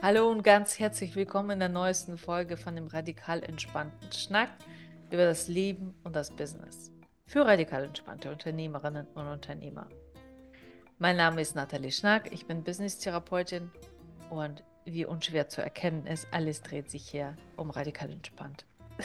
Hallo und ganz herzlich willkommen in der neuesten Folge von dem radikal entspannten Schnack über das Leben und das Business. Für radikal entspannte Unternehmerinnen und Unternehmer. Mein Name ist Nathalie Schnack, ich bin Business-Therapeutin und wie unschwer zu erkennen ist, alles dreht sich hier um radikal entspannt.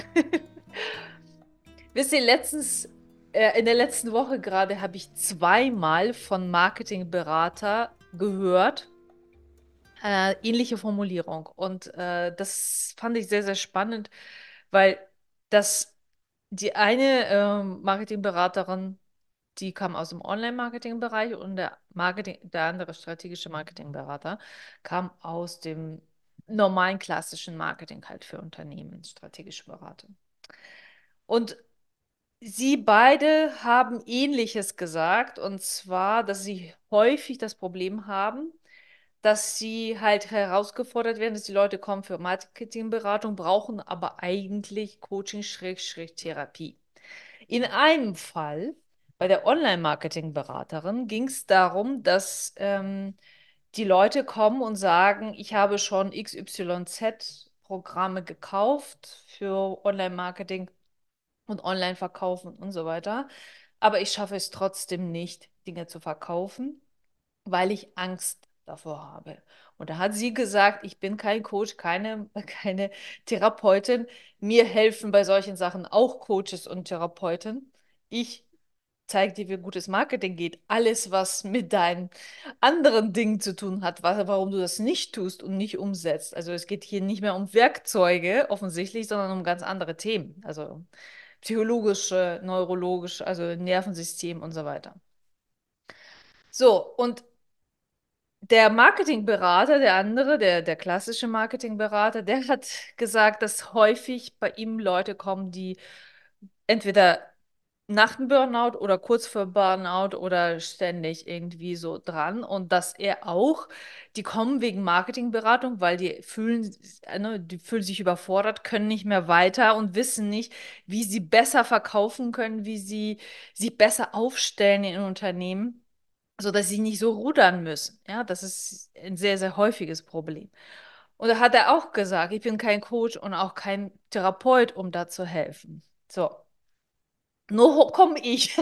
Wisst ihr, in der letzten Woche gerade habe ich zweimal von Marketingberater gehört, ähnliche Formulierung. Und das fand ich sehr, sehr spannend, weil das die eine Marketingberaterin, die kam aus dem Online-Marketing-Bereich und der andere strategische Marketingberater kam aus dem normalen klassischen Marketing halt für Unternehmen, strategische Beratung. Und sie beide haben Ähnliches gesagt, und zwar, dass sie häufig das Problem haben, dass sie halt herausgefordert werden, dass die Leute kommen für Marketingberatung, brauchen aber eigentlich Coaching-Therapie. In einem Fall, bei der Online-Marketing-Beraterin, ging es darum, dass die Leute kommen und sagen, ich habe schon XYZ-Programme gekauft für Online-Marketing und Online-Verkaufen und so weiter, aber ich schaffe es trotzdem nicht, Dinge zu verkaufen, weil ich Angst davor habe. Und da hat sie gesagt, ich bin kein Coach, keine Therapeutin. Mir helfen bei solchen Sachen auch Coaches und Therapeuten. Ich zeige dir, wie gutes Marketing geht. Alles, was mit deinen anderen Dingen zu tun hat, warum du das nicht tust und nicht umsetzt. Also es geht hier nicht mehr um Werkzeuge offensichtlich, sondern um ganz andere Themen. Also psychologische, neurologische, also Nervensystem und so weiter. So, und der Marketingberater, der andere, der klassische Marketingberater, der hat gesagt, dass häufig bei ihm Leute kommen, die entweder nach dem Burnout oder kurz vor Burnout oder ständig irgendwie so dran und dass er auch, die kommen wegen Marketingberatung, weil die fühlen sich überfordert, können nicht mehr weiter und wissen nicht, wie sie besser verkaufen können, wie sie sich besser aufstellen in Unternehmen, sodass sie nicht so rudern müssen. Ja, das ist ein sehr, sehr häufiges Problem. Und da hat er auch gesagt, ich bin kein Coach und auch kein Therapeut, um da zu helfen. So, nur komme ich.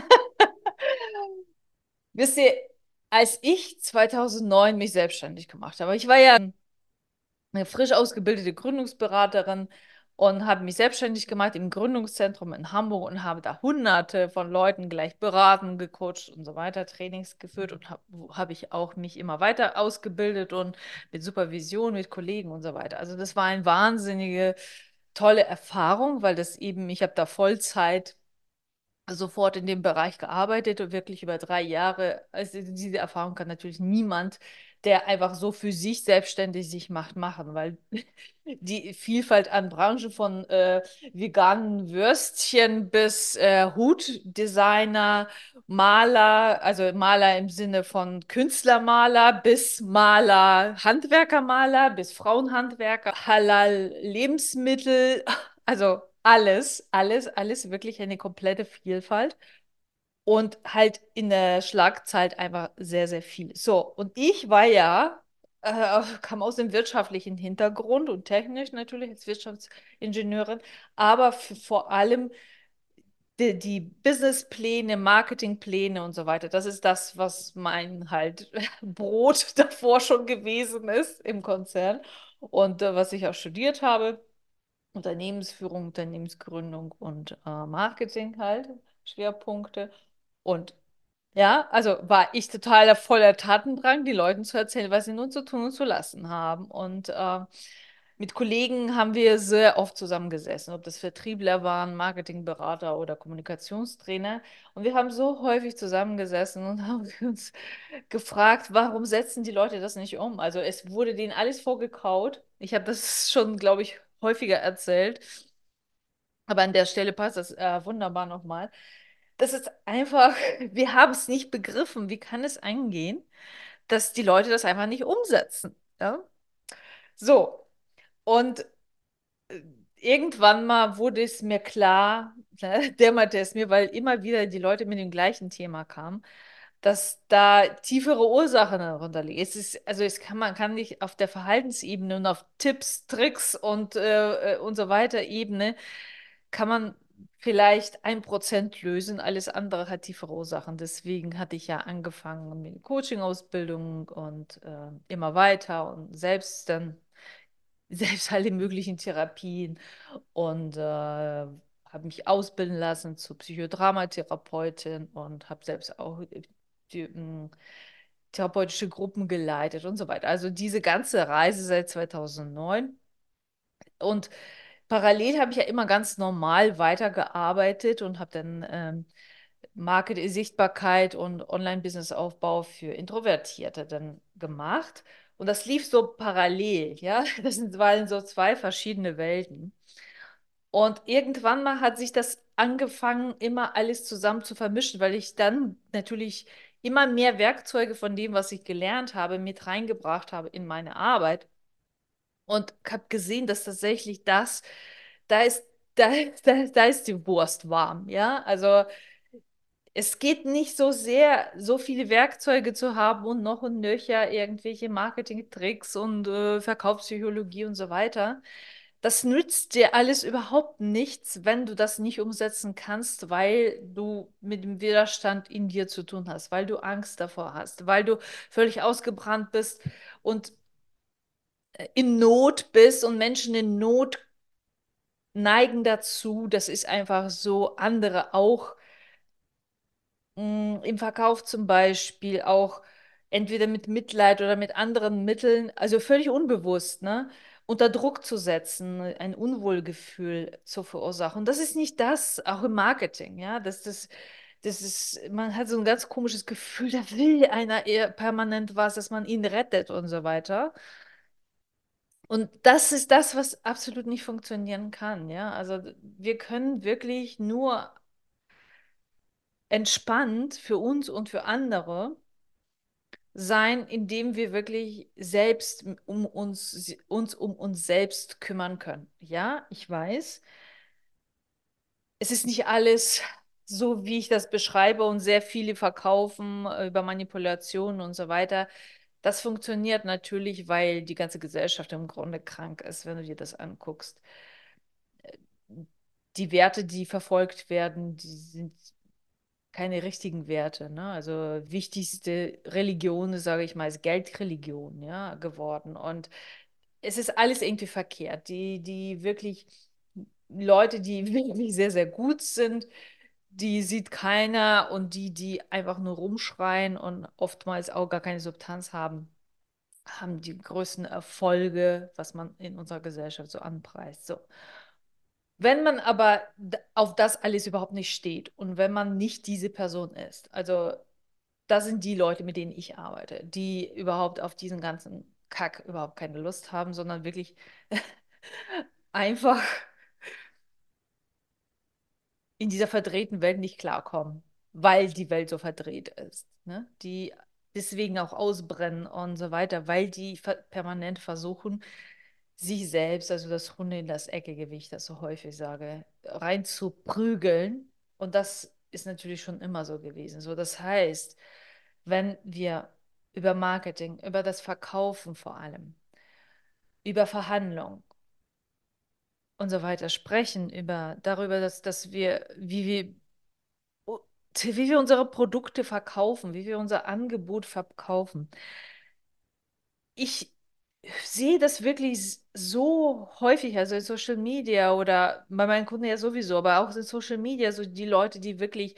Wisst ihr, als ich 2009 mich selbstständig gemacht habe, ich war ja eine frisch ausgebildete Gründungsberaterin und habe mich selbstständig gemacht im Gründungszentrum in Hamburg und habe da hunderte von Leuten gleich beraten, gecoacht und so weiter, Trainings geführt und hab ich auch mich immer weiter ausgebildet und mit Supervision, mit Kollegen und so weiter. Also das war eine wahnsinnige, tolle Erfahrung, weil das eben, ich habe da Vollzeit sofort in dem Bereich gearbeitet und wirklich über 3 Jahre. Also diese Erfahrung kann natürlich niemand, der einfach so für sich selbstständig sich macht, machen, weil die Vielfalt an Branchen von veganen Würstchen bis Hutdesigner, Maler, also Maler im Sinne von Künstlermaler bis Maler, Handwerkermaler bis Frauenhandwerker, Halal Lebensmittel, also alles, wirklich eine komplette Vielfalt und halt in der Schlagzeit einfach sehr, sehr viel. So, und ich war ja, kam aus dem wirtschaftlichen Hintergrund und technisch natürlich als Wirtschaftsingenieurin, aber vor allem die Businesspläne, Marketingpläne und so weiter. Das ist das, was mein halt Brot davor schon gewesen ist im Konzern und was ich auch studiert habe. Unternehmensführung, Unternehmensgründung und Marketing halt, Schwerpunkte. Und ja, also war ich total voller Tatendrang, die Leuten zu erzählen, was sie nun zu tun und zu lassen haben. Und mit Kollegen haben wir sehr oft zusammengesessen, ob das Vertriebler waren, Marketingberater oder Kommunikationstrainer. Und wir haben so häufig zusammengesessen und haben uns gefragt, warum setzen die Leute das nicht um? Also es wurde denen alles vorgekaut. Ich habe das schon, glaube ich, häufiger erzählt. Aber an der Stelle passt das wunderbar nochmal. Das ist einfach, wir haben es nicht begriffen. Wie kann es angehen, dass die Leute das einfach nicht umsetzen? Ja? So, und irgendwann mal wurde es mir klar, dämmerte es mir, weil immer wieder die Leute mit dem gleichen Thema kamen. dass da tiefere Ursachen darunter liegen. Also man kann nicht auf der Verhaltensebene und auf Tipps, Tricks und so weiter Ebene kann man vielleicht 1% lösen, alles andere hat tiefere Ursachen. Deswegen hatte ich ja angefangen mit Coaching-Ausbildung und immer weiter und selbst dann selbst alle möglichen Therapien und habe mich ausbilden lassen zur Psychodramatherapeutin und habe selbst auch therapeutische Gruppen geleitet und so weiter. Also diese ganze Reise seit 2009. Und parallel habe ich ja immer ganz normal weitergearbeitet und habe dann Marketing, Sichtbarkeit und Online-Business-Aufbau für Introvertierte dann gemacht. Und das lief so parallel, ja. Waren so zwei verschiedene Welten. Und irgendwann mal hat sich das angefangen, immer alles zusammen zu vermischen, weil ich dann natürlich immer mehr Werkzeuge von dem, was ich gelernt habe, mit reingebracht habe in meine Arbeit. Und habe gesehen, dass tatsächlich da ist, da ist die Wurst warm, ja. Also es geht nicht so sehr, so viele Werkzeuge zu haben und noch und nöcher irgendwelche Marketing-Tricks und Verkaufspsychologie und so weiter. Das nützt dir alles überhaupt nichts, wenn du das nicht umsetzen kannst, weil du mit dem Widerstand in dir zu tun hast, weil du Angst davor hast, weil du völlig ausgebrannt bist und in Not bist und Menschen in Not neigen dazu, das ist einfach so, andere auch im Verkauf zum Beispiel auch entweder mit Mitleid oder mit anderen Mitteln, also völlig unbewusst, ne, unter Druck zu setzen, ein Unwohlgefühl zu verursachen. Und das ist nicht das, auch im Marketing, ja, das ist, man hat so ein ganz komisches Gefühl, da will einer eher permanent was, dass man ihn rettet und so weiter. Und das ist das, was absolut nicht funktionieren kann, ja. Also wir können wirklich nur entspannt für uns und für andere sein, indem wir wirklich selbst uns um uns selbst kümmern können. Ja, ich weiß, es ist nicht alles so, wie ich das beschreibe und sehr viele verkaufen über Manipulationen und so weiter. Das funktioniert natürlich, weil die ganze Gesellschaft im Grunde krank ist, wenn du dir das anguckst. Die Werte, die verfolgt werden, die sind keine richtigen Werte, ne? Also wichtigste Religion, sage ich mal, ist Geldreligion, ja, geworden. Und es ist alles irgendwie verkehrt. Die wirklich Leute, die wirklich sehr, sehr gut sind, die sieht keiner und die einfach nur rumschreien und oftmals auch gar keine Substanz haben, haben die größten Erfolge, was man in unserer Gesellschaft so anpreist. So. Wenn man aber auf das alles überhaupt nicht steht und wenn man nicht diese Person ist, also das sind die Leute, mit denen ich arbeite, die überhaupt auf diesen ganzen Kack überhaupt keine Lust haben, sondern wirklich einfach in dieser verdrehten Welt nicht klarkommen, weil die Welt so verdreht ist. Ne? Die deswegen auch ausbrennen und so weiter, weil die permanent versuchen, sich selbst, also das Hunde in das Eckige, wie ich das so häufig sage, rein zu prügeln. Und das ist natürlich schon immer so gewesen. So, das heißt, wenn wir über Marketing, über das Verkaufen vor allem, über Verhandlung und so weiter sprechen, darüber, dass wie wir unsere Produkte verkaufen, wie wir unser Angebot verkaufen. Ich sehe das wirklich so häufig, also in Social Media oder bei meinen Kunden ja sowieso, aber auch in Social Media, so die Leute, die wirklich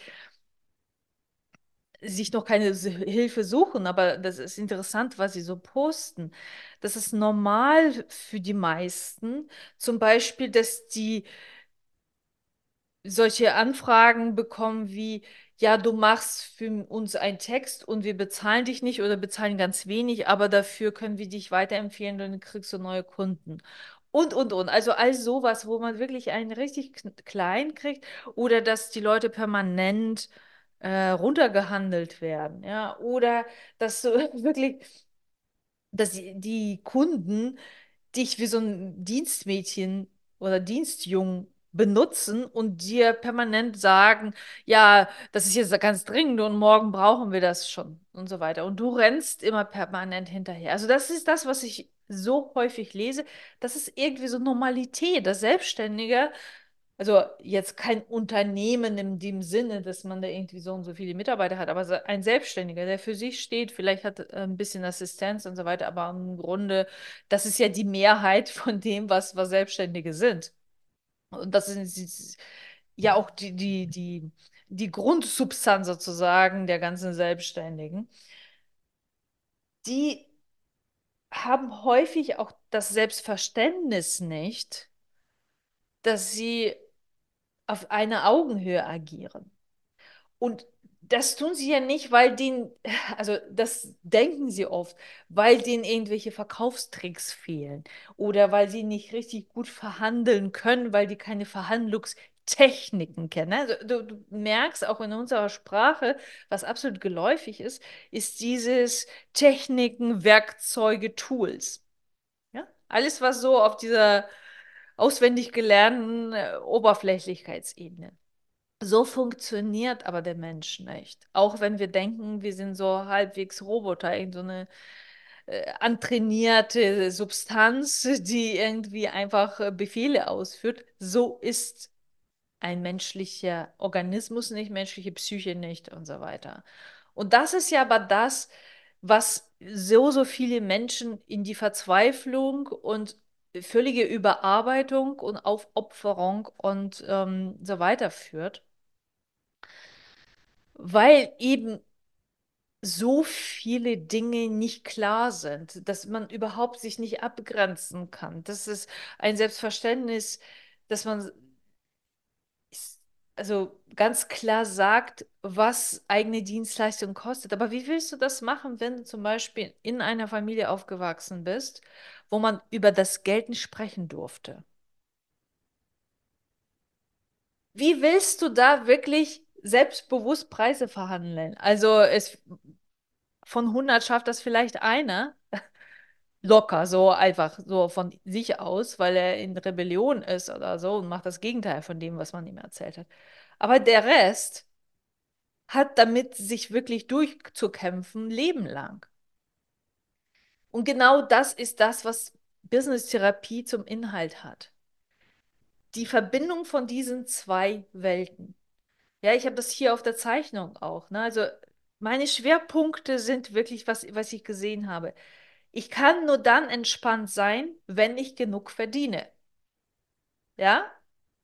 sich noch keine Hilfe suchen, aber das ist interessant, was sie so posten. Das ist normal für die meisten. Zum Beispiel, dass die solche Anfragen bekommen wie, ja, du machst für uns einen Text und wir bezahlen dich nicht oder bezahlen ganz wenig, aber dafür können wir dich weiterempfehlen und dann kriegst du neue Kunden. Und. Also all sowas, wo man wirklich einen richtig klein kriegt oder dass die Leute permanent runtergehandelt werden, ja, oder dass du wirklich, dass die Kunden dich wie so ein Dienstmädchen oder Dienstjungen benutzen und dir permanent sagen, ja, das ist jetzt ganz dringend und morgen brauchen wir das schon und so weiter. Und du rennst immer permanent hinterher. Also das ist das, was ich so häufig lese. Das ist irgendwie so Normalität, das Selbstständige. Also jetzt kein Unternehmen in dem Sinne, dass man da irgendwie so und so viele Mitarbeiter hat, aber so ein Selbstständiger, der für sich steht, vielleicht hat ein bisschen Assistenz und so weiter, aber im Grunde, das ist ja die Mehrheit von dem, was Selbstständige sind. Und das ist ja auch die Grundsubstanz sozusagen der ganzen Selbstständigen. Die haben häufig auch das Selbstverständnis nicht, dass sie auf einer Augenhöhe agieren. Und das tun sie ja nicht, weil denen, also das denken sie oft, weil denen irgendwelche Verkaufstricks fehlen oder weil sie nicht richtig gut verhandeln können, weil die keine Verhandlungstechniken kennen. Also du merkst auch in unserer Sprache, was absolut geläufig ist dieses Techniken, Werkzeuge, Tools. Ja? Alles, was so auf dieser auswendig gelernten Oberflächlichkeitsebene. So funktioniert aber der Mensch nicht. Auch wenn wir denken, wir sind so halbwegs Roboter, irgend so eine antrainierte Substanz, die irgendwie einfach Befehle ausführt. So ist ein menschlicher Organismus nicht, menschliche Psyche nicht und so weiter. Und das ist ja aber das, was so viele Menschen in die Verzweiflung und völlige Überarbeitung und Aufopferung und so weiter führt, weil eben so viele Dinge nicht klar sind, dass man überhaupt sich nicht abgrenzen kann. Das ist ein Selbstverständnis, dass man also ganz klar sagt, was eigene Dienstleistung kostet. Aber wie willst du das machen, wenn du zum Beispiel in einer Familie aufgewachsen bist, wo man über das Geld nicht sprechen durfte? Wie willst du da wirklich selbstbewusst Preise verhandeln? Also von 100 schafft das vielleicht einer locker, so einfach so von sich aus, weil er in Rebellion ist oder so und macht das Gegenteil von dem, was man ihm erzählt hat. Aber der Rest hat damit sich wirklich durchzukämpfen, Leben lang. Und genau das ist das, was Business-Therapie zum Inhalt hat. Die Verbindung von diesen zwei Welten. Ja, ich habe das hier auf der Zeichnung auch. Ne? Also meine Schwerpunkte sind wirklich, was ich gesehen habe. Ich kann nur dann entspannt sein, wenn ich genug verdiene. Ja?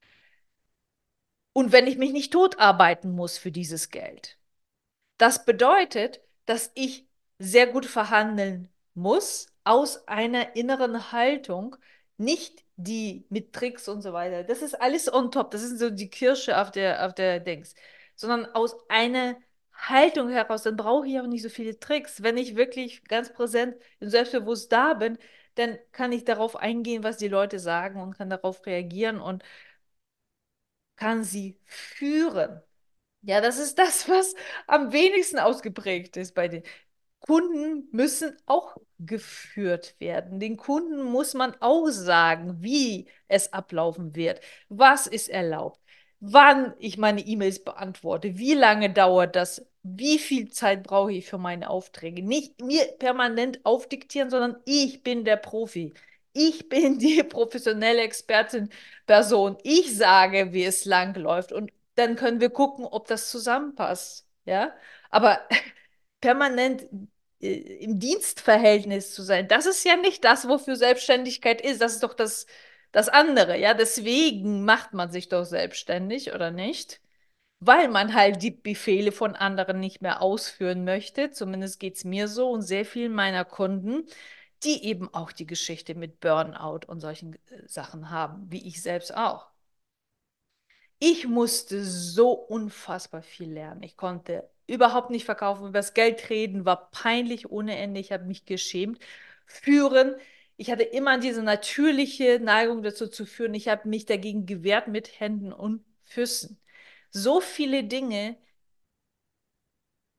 Und wenn ich mich nicht totarbeiten muss für dieses Geld. Das bedeutet, dass ich sehr gut verhandeln muss aus einer inneren Haltung, nicht die mit Tricks und so weiter. Das ist alles on top. Das ist so die Kirsche auf der Dings. Sondern aus einer Haltung heraus, dann brauche ich auch nicht so viele Tricks. Wenn ich wirklich ganz präsent und selbstbewusst da bin, dann kann ich darauf eingehen, was die Leute sagen und kann darauf reagieren und kann sie führen. Ja, das ist das, was am wenigsten ausgeprägt ist bei den Kunden müssen auch geführt werden. Den Kunden muss man auch sagen, wie es ablaufen wird, was ist erlaubt, wann ich meine E-Mails beantworte, wie lange dauert das, wie viel Zeit brauche ich für meine Aufträge. Nicht mir permanent aufdiktieren, sondern ich bin der Profi. Ich bin die professionelle Expertin Person. Ich sage, wie es lang läuft und dann können wir gucken, ob das zusammenpasst. Ja, aber permanent im Dienstverhältnis zu sein, das ist ja nicht das, wofür Selbstständigkeit ist. Das ist doch das andere. Ja, deswegen macht man sich doch selbstständig, oder nicht? Weil man halt die Befehle von anderen nicht mehr ausführen möchte. Zumindest geht es mir so und sehr vielen meiner Kunden, die eben auch die Geschichte mit Burnout und solchen Sachen haben, wie ich selbst auch. Ich musste so unfassbar viel lernen. Ich konnte überhaupt nicht verkaufen. Über das Geld reden war peinlich ohne Ende. Ich habe mich geschämt. Führen. Ich hatte immer diese natürliche Neigung dazu zu führen. Ich habe mich dagegen gewehrt mit Händen und Füßen. So viele Dinge,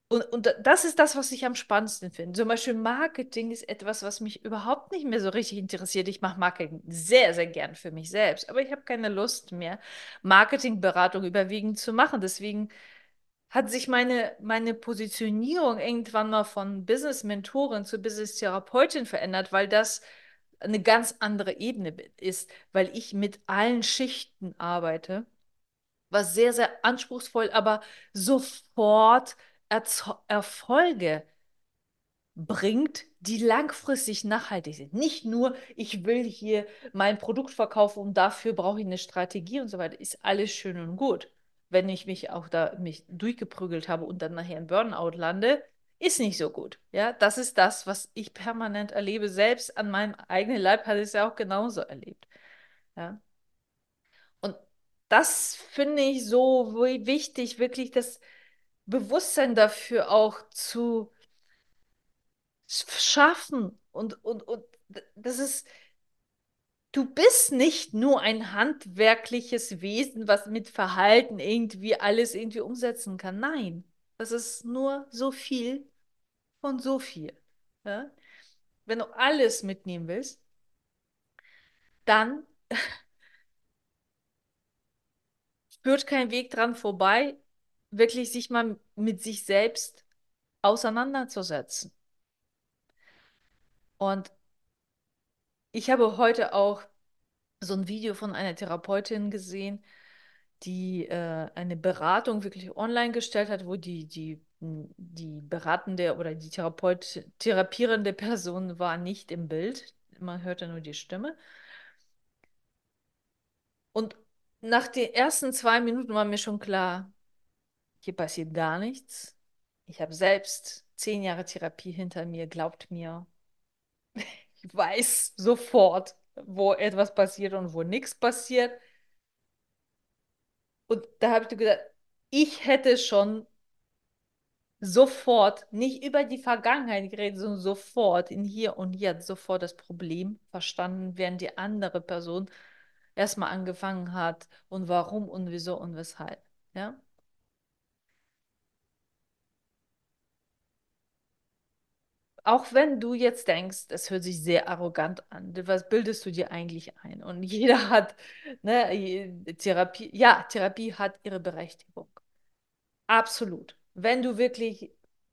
Und das ist das, was ich am spannendsten finde. Zum Beispiel Marketing ist etwas, was mich überhaupt nicht mehr so richtig interessiert. Ich mache Marketing sehr, sehr gern für mich selbst, aber ich habe keine Lust mehr, Marketingberatung überwiegend zu machen. Deswegen hat sich meine Positionierung irgendwann mal von Business-Mentorin zu Business-Therapeutin verändert, weil das eine ganz andere Ebene ist, weil ich mit allen Schichten arbeite, war sehr, sehr anspruchsvoll, aber sofort Erfolge bringt, die langfristig nachhaltig sind. Nicht nur, ich will hier mein Produkt verkaufen und dafür brauche ich eine Strategie und so weiter. Ist alles schön und gut. Wenn ich mich auch da mich durchgeprügelt habe und dann nachher im Burnout lande, ist nicht so gut. Ja, das ist das, was ich permanent erlebe. Selbst an meinem eigenen Leib hatte ich es ja auch genauso erlebt. Ja. Und das finde ich so wichtig, wirklich das Bewusstsein dafür auch zu schaffen. Und das ist, du bist nicht nur ein handwerkliches Wesen, was mit Verhalten irgendwie alles irgendwie umsetzen kann. Nein, das ist nur so viel von so viel. Ja? Wenn du alles mitnehmen willst, dann führt kein Weg dran vorbei, wirklich sich mal mit sich selbst auseinanderzusetzen. Und ich habe heute auch so ein Video von einer Therapeutin gesehen, die eine Beratung wirklich online gestellt hat, wo die beratende oder die therapierende Person war nicht im Bild. Man hörte nur die Stimme. Und nach den ersten 2 Minuten war mir schon klar, hier passiert gar nichts. Ich habe selbst 10 Jahre Therapie hinter mir, glaubt mir. Ich weiß sofort, wo etwas passiert und wo nichts passiert. Und da habe ich gedacht, ich hätte schon sofort, nicht über die Vergangenheit geredet, sondern sofort in hier und jetzt sofort das Problem verstanden, während die andere Person erstmal angefangen hat und warum und wieso und weshalb. Ja? Auch wenn du jetzt denkst, es hört sich sehr arrogant an, was bildest du dir eigentlich ein? Und jeder hat, ne, Therapie, ja, Therapie hat ihre Berechtigung. Absolut. Wenn du wirklich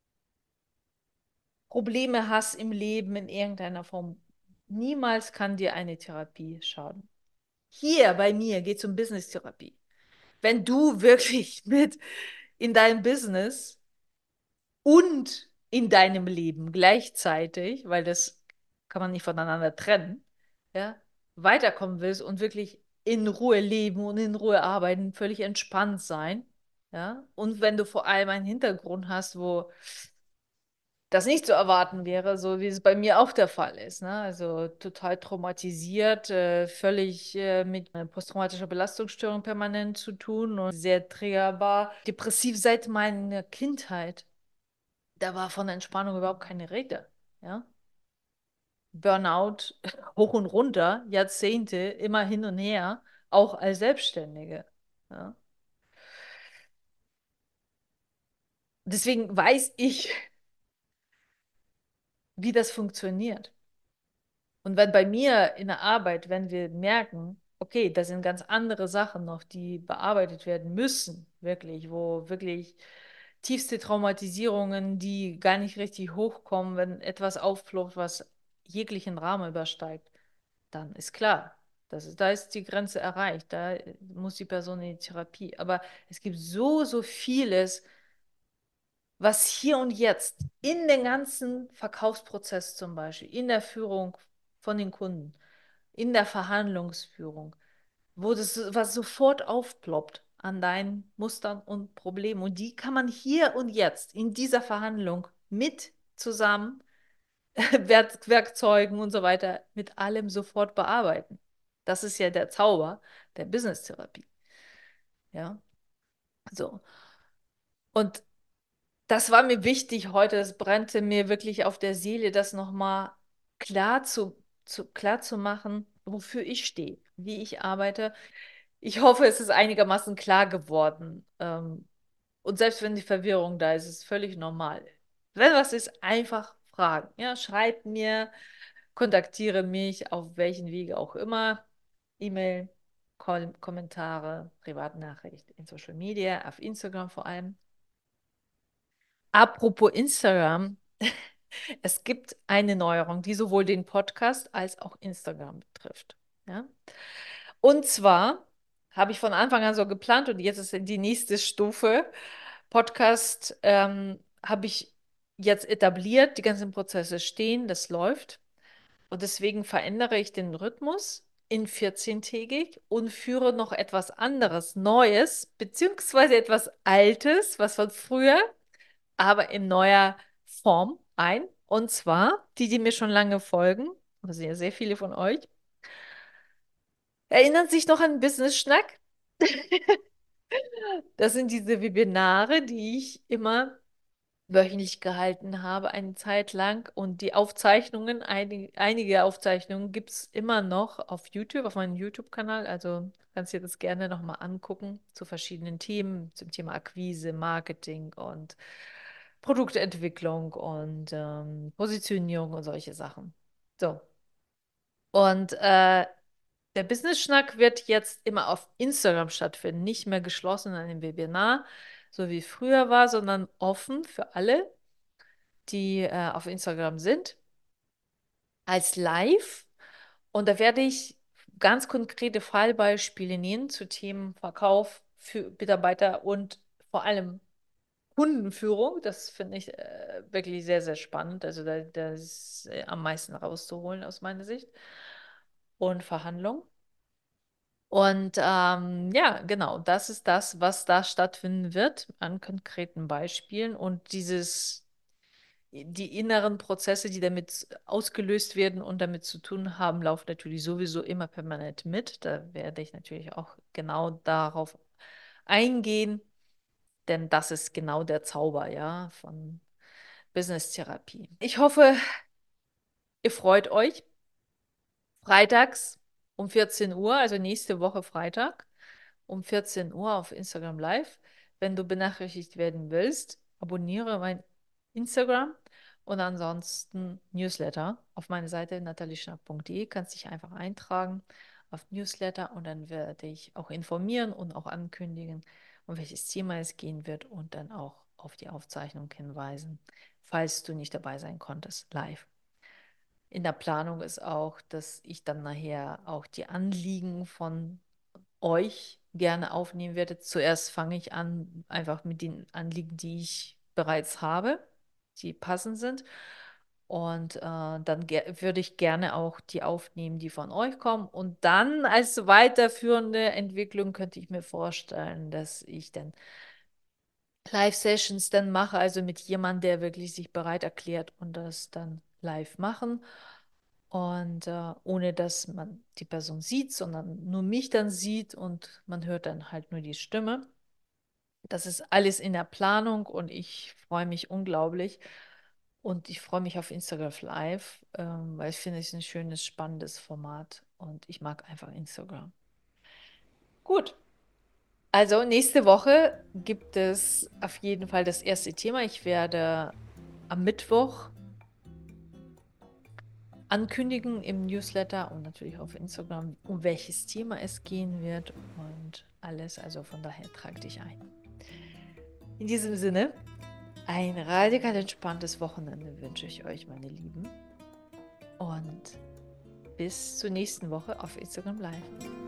Probleme hast im Leben in irgendeiner Form, niemals kann dir eine Therapie schaden. Hier bei mir geht es um Business-Therapie. Wenn du wirklich mit in deinem Business und in deinem Leben gleichzeitig, weil das kann man nicht voneinander trennen, ja, weiterkommen willst und wirklich in Ruhe leben und in Ruhe arbeiten, völlig entspannt sein, ja, und wenn du vor allem einen Hintergrund hast, wo das nicht zu erwarten wäre, so wie es bei mir auch der Fall ist. Ne? Also total traumatisiert, völlig mit posttraumatischer Belastungsstörung permanent zu tun und sehr triggerbar. Depressiv seit meiner Kindheit. Da war von Entspannung überhaupt keine Rede. Ja? Burnout hoch und runter, Jahrzehnte, immer hin und her, auch als Selbstständige. Ja? Deswegen weiß ich, wie das funktioniert. Und wenn bei mir in der Arbeit, wenn wir merken, okay, das sind ganz andere Sachen noch, die bearbeitet werden müssen, wirklich, wo wirklich tiefste Traumatisierungen, die gar nicht richtig hochkommen, wenn etwas aufploppt, was jeglichen Rahmen übersteigt, dann ist klar, da ist die Grenze erreicht, da muss die Person in die Therapie. Aber es gibt so, so vieles, was hier und jetzt in den ganzen Verkaufsprozess zum Beispiel, in der Führung von den Kunden, in der Verhandlungsführung, wo das was sofort aufploppt an deinen Mustern und Problemen. Und die kann man hier und jetzt in dieser Verhandlung mit zusammen Werkzeugen und so weiter mit allem sofort bearbeiten. Das ist ja der Zauber der Business-Therapie. Ja, so. Und das war mir wichtig heute. Es brannte mir wirklich auf der Seele, das nochmal klar zu machen, wofür ich stehe, wie ich arbeite. Ich hoffe, es ist einigermaßen klar geworden. Und selbst wenn die Verwirrung da ist, ist es völlig normal. Wenn was ist, einfach fragen. Ja, schreibt mir, kontaktiere mich auf welchen Wege auch immer. E-Mail, Kommentare, Privatnachricht in Social Media, auf Instagram vor allem. Apropos Instagram, es gibt eine Neuerung, die sowohl den Podcast als auch Instagram betrifft. Ja? Und zwar habe ich von Anfang an so geplant und jetzt ist die nächste Stufe. Podcast habe ich jetzt etabliert, die ganzen Prozesse stehen, das läuft. Und deswegen verändere ich den Rhythmus in 14-tägig und führe noch etwas anderes, Neues, beziehungsweise etwas Altes, was von früher, aber in neuer Form ein. Und zwar, die mir schon lange folgen, also sehr, sehr viele von euch, erinnern sich noch an Business Schnack. Das sind diese Webinare, die ich immer wöchentlich gehalten habe, eine Zeit lang. Und die Aufzeichnungen, einige Aufzeichnungen gibt es immer noch auf YouTube, auf meinem YouTube-Kanal. Also kannst du dir das gerne nochmal angucken zu verschiedenen Themen, zum Thema Akquise, Marketing und Produktentwicklung und Positionierung und solche Sachen. So. Und der Business-Schnack wird jetzt immer auf Instagram stattfinden, nicht mehr geschlossen in einem Webinar, so wie es früher war, sondern offen für alle, die auf Instagram sind, als Live. Und da werde ich ganz konkrete Fallbeispiele nehmen zu Themen Verkauf für Mitarbeiter und vor allem Kundenführung. Das finde ich wirklich sehr, sehr spannend. Also da ist am meisten rauszuholen aus meiner Sicht. Und Verhandlung. Und ja, genau, das ist das, was da stattfinden wird an konkreten Beispielen. Und die inneren Prozesse, die damit ausgelöst werden und damit zu tun haben, laufen natürlich sowieso immer permanent mit. Da werde ich natürlich auch genau darauf eingehen, denn das ist genau der Zauber, ja, von Business-Therapie. Ich hoffe, ihr freut euch. Freitags um 14 Uhr, also nächste Woche Freitag um 14 Uhr auf Instagram Live. Wenn du benachrichtigt werden willst, abonniere mein Instagram und ansonsten Newsletter auf meine Seite natalieschnack.de. Kannst dich einfach eintragen auf Newsletter und dann werde ich auch informieren und auch ankündigen, um welches Thema es gehen wird und dann auch auf die Aufzeichnung hinweisen, falls du nicht dabei sein konntest, live. In der Planung ist auch, dass ich dann nachher auch die Anliegen von euch gerne aufnehmen werde. Zuerst fange ich an, einfach mit den Anliegen, die ich bereits habe, die passend sind. Und dann würde ich gerne auch die aufnehmen, die von euch kommen. Und dann als weiterführende Entwicklung könnte ich mir vorstellen, dass ich dann Live-Sessions dann mache, also mit jemandem, der wirklich sich bereit erklärt und das dann live machen. Und ohne dass man die Person sieht, sondern nur mich dann sieht und man hört dann halt nur die Stimme. Das ist alles in der Planung und ich freue mich unglaublich. Und ich freue mich auf Instagram Live, weil ich finde, es ist ein schönes, spannendes Format und ich mag einfach Instagram. Gut, also nächste Woche gibt es auf jeden Fall das erste Thema. Ich werde am Mittwoch ankündigen im Newsletter und natürlich auf Instagram, um welches Thema es gehen wird und alles. Also von daher trag dich ein. In diesem Sinne, ein radikal entspanntes Wochenende wünsche ich euch, meine Lieben. Und bis zur nächsten Woche auf Instagram Live.